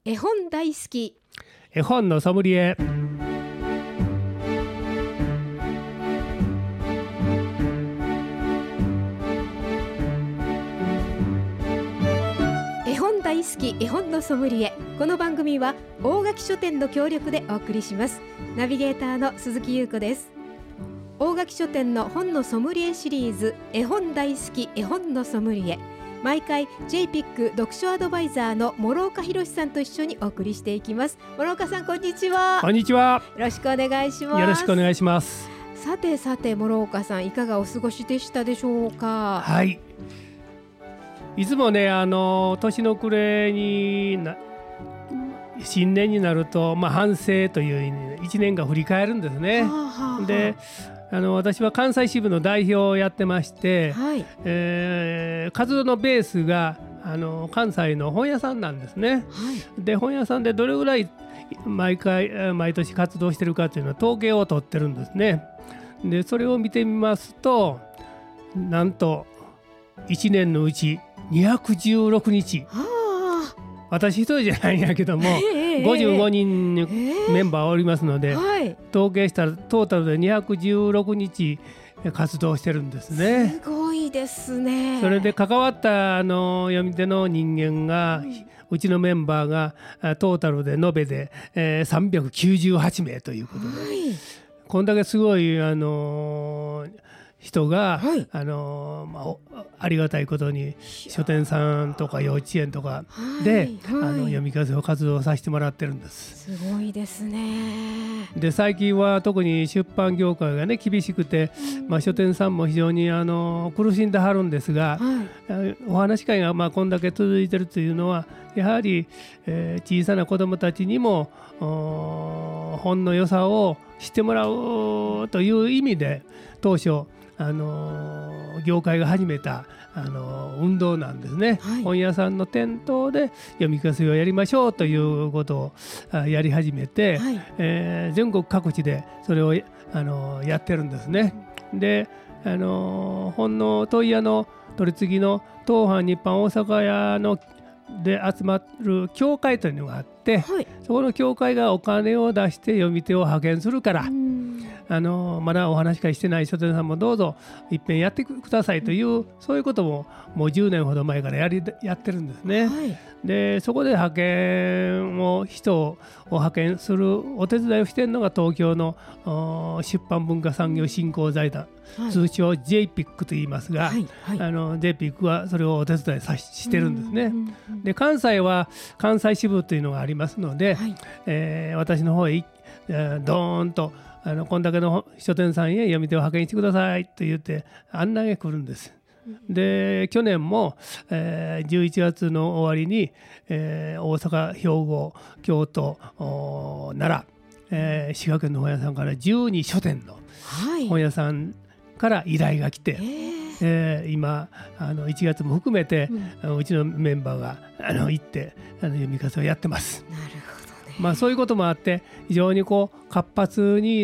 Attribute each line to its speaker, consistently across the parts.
Speaker 1: 絵本大好き
Speaker 2: 絵本のソムリエ。
Speaker 1: 絵本大好き絵本のソムリエ。この番組は大垣書店の協力でお送りします。ナビゲーターの鈴木優子です。大垣書店の本のソムリエシリーズ、絵本大好き絵本のソムリエ。毎回 JPIC 読書アドバイザーの諸岡博さんと一緒にお送りしていきます。諸岡さん、こんにちは。
Speaker 2: こんにちは。
Speaker 1: よろしくお願いします。
Speaker 2: よろしくお願いします。
Speaker 1: さて諸岡さん、いかがお過ごしでしたでしょうか。
Speaker 2: はい、いつもね、年の暮れに新年になると、反省という1年が振り返るんですね。で、私は関西支部の代表をやってまして、活動のベースが関西の本屋さんなんですね。で、本屋さんでどれぐらい毎年活動してるかというのは統計を取ってるんですね。で、それを見てみますと、なんと1年のうち216日、私一人じゃないんやけども、55人メンバーおりますので、統計したらトータルで216日活動してるんですね。
Speaker 1: すごいですね。
Speaker 2: それで関わった読み手の人間が、うちのメンバーがトータルで延べで、398名ということで、こんだけすごい人が、ありがたいことに書店さんとか幼稚園とかで、読み聞かせを活動させてもらってるんです。
Speaker 1: すごいですね。
Speaker 2: で、最近は特に出版業界がね厳しくて、書店さんも非常に苦しんではるんですが、お話し会がこんだけ続いてるというのは、やはり、小さな子どもたちにも本の良さを知ってもらうという意味で、当初業界が始めた運動なんですね。本屋さんの店頭で読み聞かせをやりましょうということをやり始めて、全国各地でそれをやってるんですね。で、本の問屋の取り次ぎの東販日販大阪屋ので集まる協会というのがあって、そこの協会がお金を出して読み手を派遣するから、まだお話し会してない書店さんもどうぞいっぺんやってくださいという、そういうことももう10年ほど前からやってるんですね。で、そこで人を派遣するお手伝いをしているのが東京の出版文化産業振興財団、通称 JPIC と言いますが、JPIC はそれをお手伝いしてるんですね。で、関西は関西支部というのがありますので、私の方へドーンとこんだけの書店さんへ読み手を派遣してくださいと言って案内が来るんです。で、去年も、11月の終わりに、大阪、兵庫、京都、奈良、滋賀県の本屋さんから12書店の本屋さんから依頼が来て、今1月も含めて、うちのメンバーが行って読み聞かせをやってます。
Speaker 1: なるほどね。
Speaker 2: そういうこともあって、非常に活発に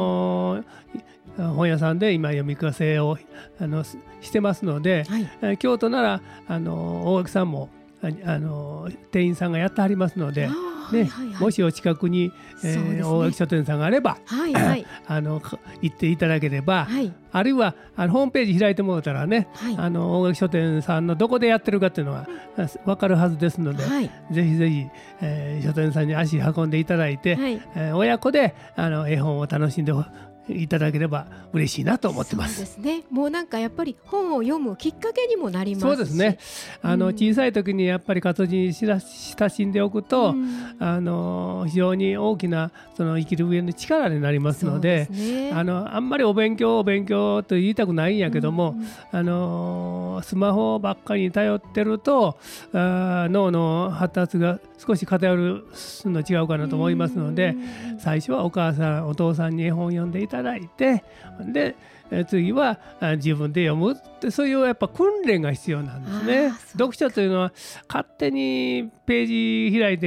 Speaker 2: 本屋さんで今読み聞かせをしてますので、京都なら大垣さんも店員さんがやってはりますので、もしお近くに、大垣書店さんがあれば、行っていただければ、あるいはホームページ開いてもらったらね、大垣書店さんのどこでやってるかっていうのは分かるはずですので、ぜひぜひ、書店さんに足運んでいただいて、親子で絵本を楽しんでいただければ嬉しいなと思ってます。
Speaker 1: そうですね。もうやっぱり本を読むきっかけにもなりますし。
Speaker 2: そうですね。小さい時にやっぱり活字に親しんでおくと、非常に大きな生きる上の力になりますので、あんまりお勉強と言いたくないんやけども、スマホばっかりに頼ってると脳の発達が少し偏るの違うかなと思いますので、最初はお母さんお父さんに絵本を読んでいただいて、で次は自分で読むって、そういうやっぱ訓練が必要なんですね。読書というのは勝手にページ開いて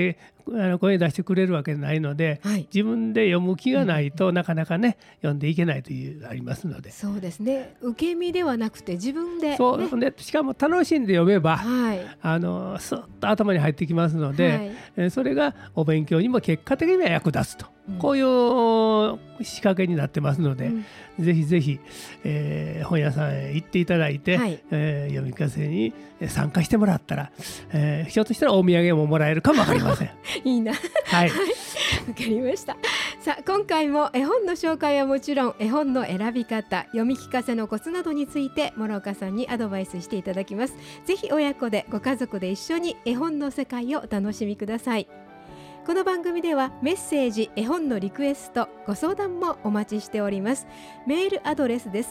Speaker 2: 声出してくれるわけないので、
Speaker 1: はい、
Speaker 2: 自分で読む気がないと、なかなかね読んでいけないというありますので。
Speaker 1: そうですね、受け身ではなくて自分で、ね、
Speaker 2: そうで、しかも楽しんで読めば、
Speaker 1: はい、
Speaker 2: スッと頭に入ってきますので、はい、それがお勉強にも結果的には役立つと、こういう仕掛けになってますので、ぜひぜひ、本屋さんへ行っていただいて、はい、読み聞かせに参加してもらったら、ひょっとしたらお土産ももらえるかもわかりません。
Speaker 1: いいな、はい、わかりました。さあ、今回も絵本の紹介はもちろん、絵本の選び方、読み聞かせのコツなどについて諸岡さんにアドバイスしていただきます。ぜひ親子でご家族で一緒に絵本の世界をお楽しみください。この番組ではメッセージ、絵本のリクエスト、ご相談もお待ちしております。メールアドレスです。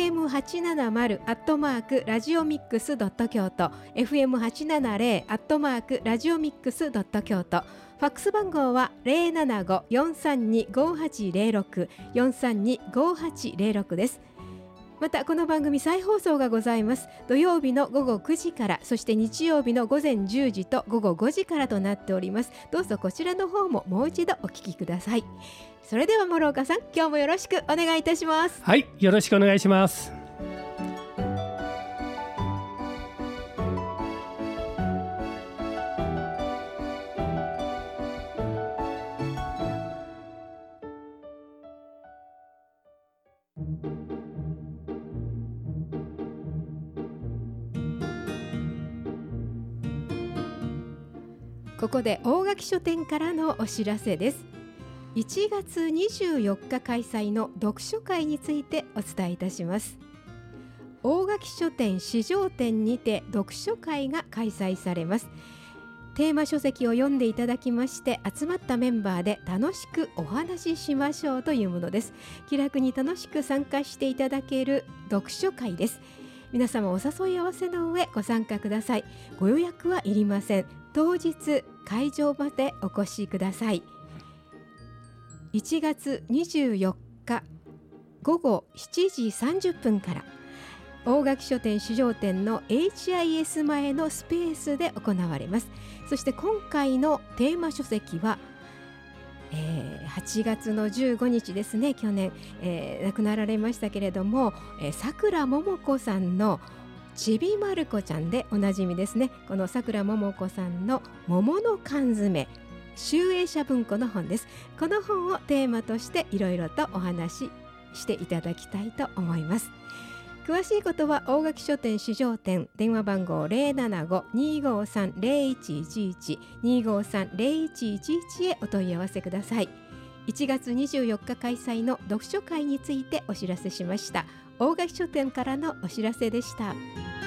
Speaker 1: fm870@radiomix.kyoto、 fm870@radiomix.kyoto、 ファックス番号は 075-432-5806 432-5806 です。またこの番組再放送がございます。土曜日の午後9時から、そして日曜日の午前10時と午後5時からとなっております。どうぞこちらの方ももう一度お聞きください。それでは諸岡さん、今日もよろしくお願いいたします。
Speaker 2: はい、よろしくお願いします。
Speaker 1: ここで大垣書店からのお知らせです。1月24日開催の読書会についてお伝えいたします。大垣書店市場店にて読書会が開催されます。テーマ書籍を読んでいただきまして、集まったメンバーで楽しくお話ししましょうというものです。気楽に楽しく参加していただける読書会です。皆様お誘い合わせの上ご参加ください。ご予約はいりません。当日会場までお越しください。1月24日午後7時30分から大垣書店市場店の HIS 前のスペースで行われます。そして今回のテーマ書籍は、8月の15日ですね、去年、亡くなられましたけれども、さくらももこさんのちびまる子ちゃんでおなじみですね。このさくらももこさんの桃の缶詰、集英社文庫の本です。この本をテーマとしていろいろとお話ししていただきたいと思います。詳しいことは大垣書店市場店、電話番号 075-253-0111 253-0111 へお問い合わせください。1月24日開催の読書会についてお知らせしました。大垣書店からのお知らせでした。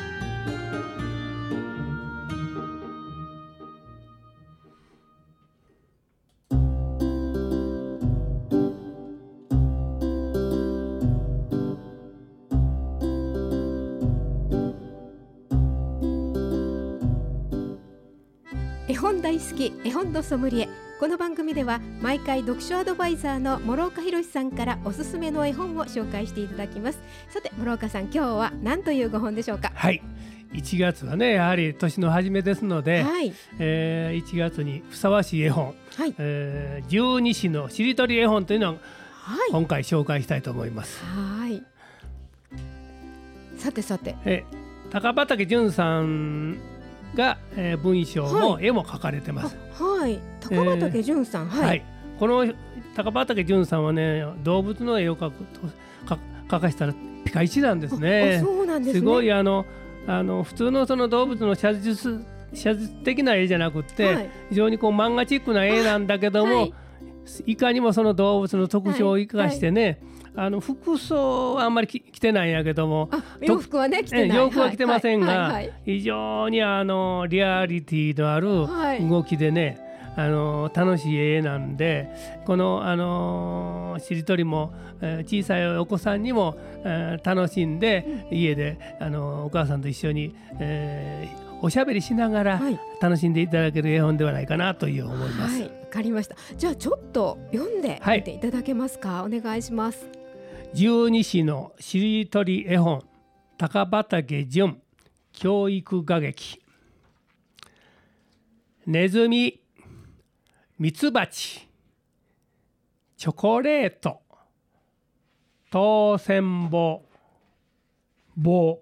Speaker 1: 絵本大好き、絵本のソムリエ。この番組では毎回読書アドバイザーの諸岡博さんからおすすめの絵本を紹介していただきます。さて諸岡さん、今日は何というご本でしょうか？
Speaker 2: はい、1月はね、やはり年の初めですので、はい、1月にふさわしい絵本、はい、十二支のしりとり絵本というのを今回紹介したいと思います。
Speaker 1: はい、さてさて、
Speaker 2: 高畑淳さんが、文章も絵も描かれてます。
Speaker 1: はい、高畑淳さん、
Speaker 2: はい、この高畑淳さんはね、動物の絵を描かしたらピカイチなんですね。
Speaker 1: そうなんですね。
Speaker 2: すごい普通のその動物の写実的な絵じゃなくて、はい、非常にこう漫画チックな絵なんだけども、はい、いかにもその動物の特徴を生かしてね、はいはい、服装はあんまり着てないんやけども、
Speaker 1: 洋服はね着てない、
Speaker 2: 洋服は着てませんが、非常にリアリティのある動きでね、楽しい絵なんで、このしりとりも小さいお子さんにも楽しんで、家でお母さんと一緒におしゃべりしながら楽しんでいただける絵本ではないかなという思います。
Speaker 1: わかりました。じゃあちょっと読んでみていただけますか？お願いします。
Speaker 2: 十二支のしりとり絵本、高畑淳教育画劇。ネズミミツバチ、チョコレート、当選棒、棒、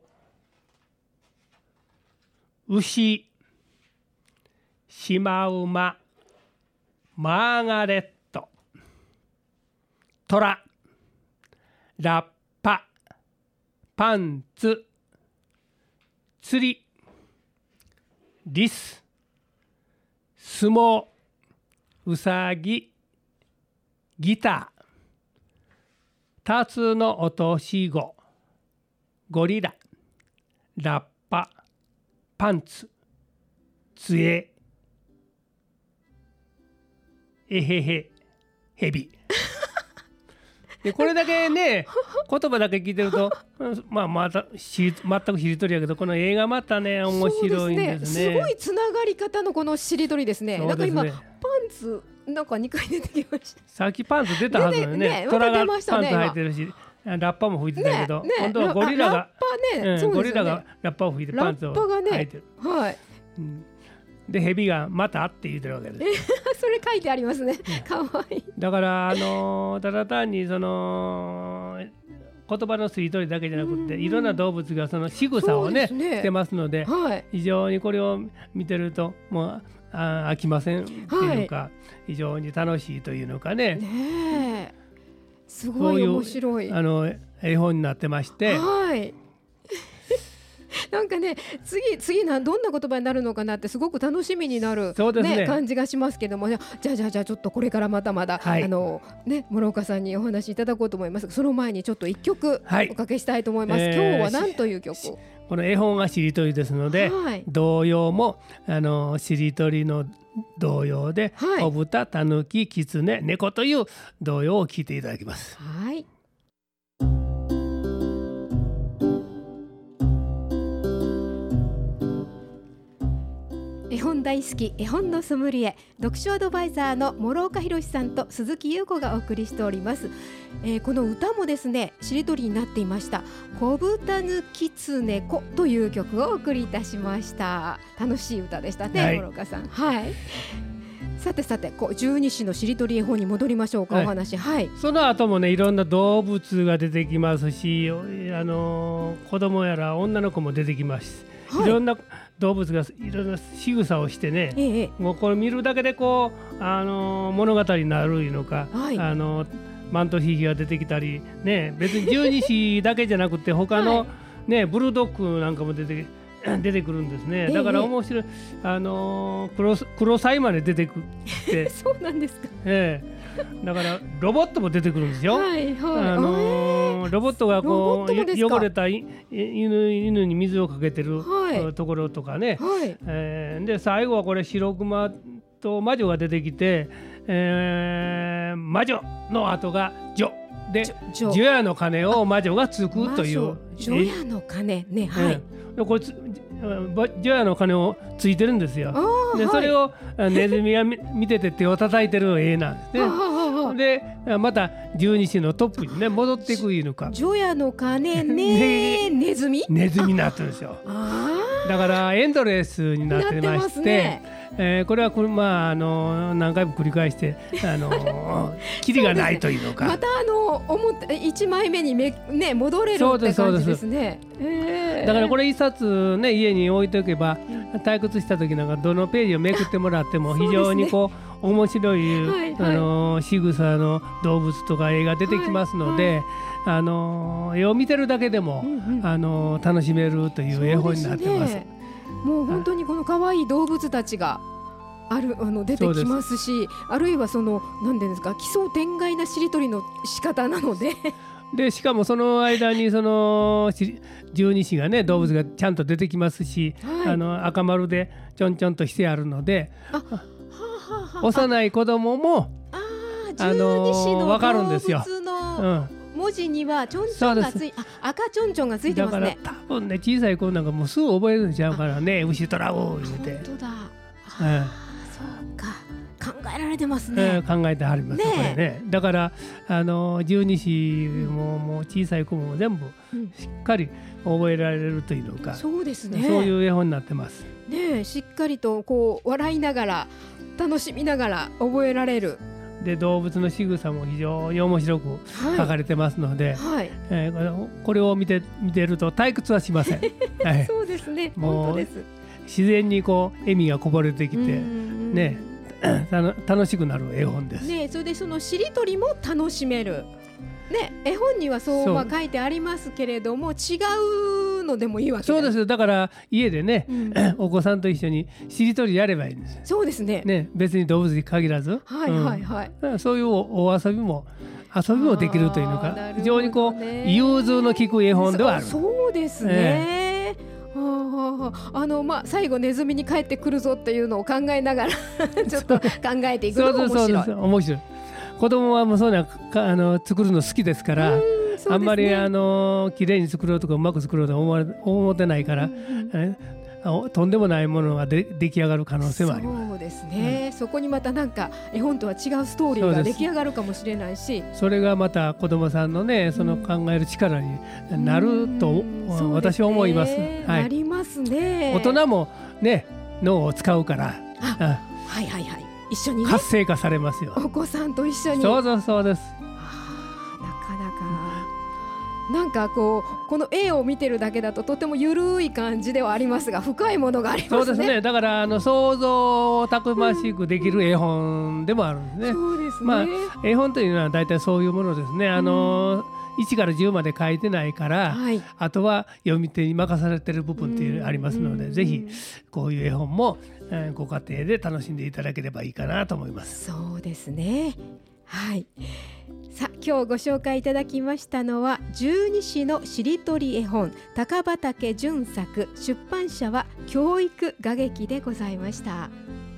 Speaker 2: 牛、シマウマ、マーガレット、トラ、ラッパ、パンツ、釣り、リス、相撲、うさぎ、ギター、タツノオトシゴ、ゴリラ、ラッパ、パンツ、杖、えへへ、ヘビ。でこれだけね言葉だけ聞いてると、また全くしりとりやけど、この映画またね面白いんですね。
Speaker 1: すごいつながり方のこのしりとりですね。なんか今パンツなんか2回出てきました。
Speaker 2: さっきパンツ出たはずだよね。トラがパンツ履いてるし、ラッパも吹いてたけど、今度はゴリラがゴリラがラッパを吹いてパンツを履いてる。はい。でヘビがまたって言ってるわけです。
Speaker 1: それ書いてありますね。かわいい。
Speaker 2: だからただ単にその言葉のすり取りだけじゃなくて、いろんな動物がその仕草をねしてますので、非常にこれを見てるともう飽きませんっていうか、非常に楽しいというのかね。
Speaker 1: ねえ、すごい面白い
Speaker 2: 絵本になってまして。
Speaker 1: はい。なんかね、次どんな言葉になるのかなってすごく楽しみになる、ね、感じがしますけども、じゃあちょっとこれからまだね、諸岡さんにお話しいただこうと思いますが、その前にちょっと一曲おかけしたいと思います。今日は何という曲？
Speaker 2: この絵本がしりとりですので、童謡もしりとりの童謡で、お豚、たぬき、きつね、猫という童謡を聞いていただきます。
Speaker 1: はい。絵本大好き、絵本のソムリエ、読書アドバイザーの諸岡博さんと鈴木優子がお送りしております。この歌もですね、しりとりになっていました。小豚ぬきつねこ、という曲をお送りいたしました。楽しい歌でしたね、諸岡さん。はい。さて十二支のしりとり絵本に戻りましょうか、お話。
Speaker 2: その後もね、いろんな動物が出てきますし、子供やら女の子も出てきます。いろんな動物がいろんな仕草をしてね、もうこれ見るだけでこう物語になるのか、マントヒヒが出てきたりね、別に十二支だけじゃなくて他のね、ブルドッグなんかも出てくるんですね。だから面白い、黒サイまで出てくって
Speaker 1: そうなんですか。
Speaker 2: だからロボットも出てくるんですよ。ロボットがこう汚れた犬に水をかけてるところとかね、で最後はこれ白熊と魔女が出てきて、魔女の後が女で除夜の鐘を魔女がつくという。
Speaker 1: 除夜の鐘ね、はい。
Speaker 2: これ除夜の鐘をついてるんですよ。でそれをネズミが見てて手を叩いてる絵なんですね。でまた十二支のトップにね戻っていくいうのか。
Speaker 1: 除夜の鐘ね、ネズミ
Speaker 2: になってるんですよ。だからエンドレスになってまして、これは何回も繰り返してキリがないというのか。
Speaker 1: また1枚目に戻れるって感じですね。
Speaker 2: だからこれ一冊ね家に置いておけば、退屈した時なんかどのページをめくってもらっても非常にこう面白い仕草の動物とか絵が出てきますので、絵を見てるだけでも楽しめるという絵本になってます。
Speaker 1: もう本当にこの可愛い動物たちが出てきますし、あるいは何ていうんですか、奇想天外なしりとりの仕方なので
Speaker 2: でしかもその間に十二支がね動物がちゃんと出てきますし、赤丸でちょんちょんとしてあるので、幼い子供も分かるんですよ。
Speaker 1: 文字にはちょんちょんが赤ちょんちょんがついてますね。
Speaker 2: だから多分ね、小さい子なんかもうすぐ覚えるんちゃうからね、牛とらおう言うて。
Speaker 1: 本当だ。そうか、考えられてますね。
Speaker 2: 考えてはります、これね。だから十二支もう小さい子も全部しっかり覚えられるというのか、
Speaker 1: そうですね。
Speaker 2: そういう絵本になってます。
Speaker 1: ね、しっかりとこう笑いながら楽しみながら覚えられる。
Speaker 2: で動物の仕草も非常に面白く書かれてますので、
Speaker 1: はい
Speaker 2: これを見てると退屈はしません。はい、
Speaker 1: そうですね。
Speaker 2: もう
Speaker 1: 本当です。
Speaker 2: 自然にこう笑みがこぼれてきてね楽しくなる絵本です。
Speaker 1: ね、それでそのしりとりも楽しめる。ね、絵本にはそう、書いてありますけれども違うのでもいいわけです。
Speaker 2: そうです。だから家でね、お子さんと一緒にしりとりやればいいんです。
Speaker 1: そうですね。
Speaker 2: ね、別に動物に限らず、
Speaker 1: はいはいはい。
Speaker 2: そういうお遊びもできるというのか、非常にこう融通の利く絵本ではある。
Speaker 1: そうですね。最後ネズミに帰ってくるぞっていうのを考えながらちょっと考えていくのも面白い。
Speaker 2: 面白い。子供はもうそういうの作るの好きですから、あんまり綺麗に作ろうとかうまく作ろうと思ってないから、とんでもないものが出来上がる可能性もあります。
Speaker 1: そうですね、そこにまたなんか絵本とは違うストーリーが出来上がるかもしれないし、
Speaker 2: それがまた子供さんのねその考える力になると私は思います。
Speaker 1: なりますね。
Speaker 2: 大人もね脳を使うから、
Speaker 1: はいはいはい、一緒にね
Speaker 2: 活性化されますよ。
Speaker 1: お子さんと一緒に。
Speaker 2: そうです。なかな
Speaker 1: かなんかこの絵を見てるだけだととてもゆるい感じではありますが深いものがありますね。
Speaker 2: そうですね。だから想像をたくましくできる絵本でもあるんですね。
Speaker 1: そうですね。
Speaker 2: 絵本というのは大体そういうものですね。1から10まで書いてないから、あとは読み手に任されてる部分っていうのがありますので、ぜひこういう絵本もご家庭で楽しんでいただければいいかなと思います。
Speaker 1: そうですね。はい。さあ今日ご紹介いただきましたのは十二支のしりとり絵本高畑淳作、出版社は教育雅劇でございました。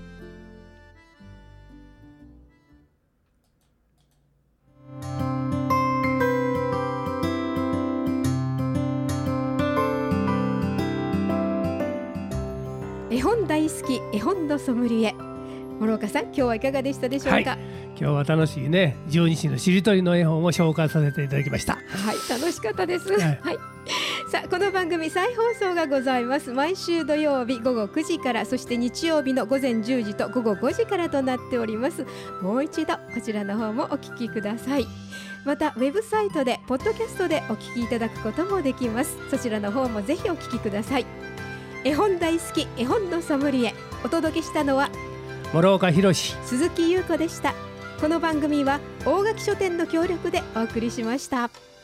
Speaker 1: 絵本大好き絵本のソムリエ諸岡さん、今日はいかがでしたでしょうか。
Speaker 2: 今日は楽しいね十二支のしりとりの絵本を紹介させていただきました。
Speaker 1: はい、楽しかったです。はい、さあこの番組再放送がございます。毎週土曜日午後9時から、そして日曜日の午前10時と午後5時からとなっております。もう一度こちらの方もお聞きください。またウェブサイトでポッドキャストでお聞きいただくこともできます。そちらの方もぜひお聞きください。絵本大好き絵本のソムリエ、お届けしたのは
Speaker 2: 諸岡博、
Speaker 1: 鈴木優子でした。この番組は大垣書店の協力でお送りしました。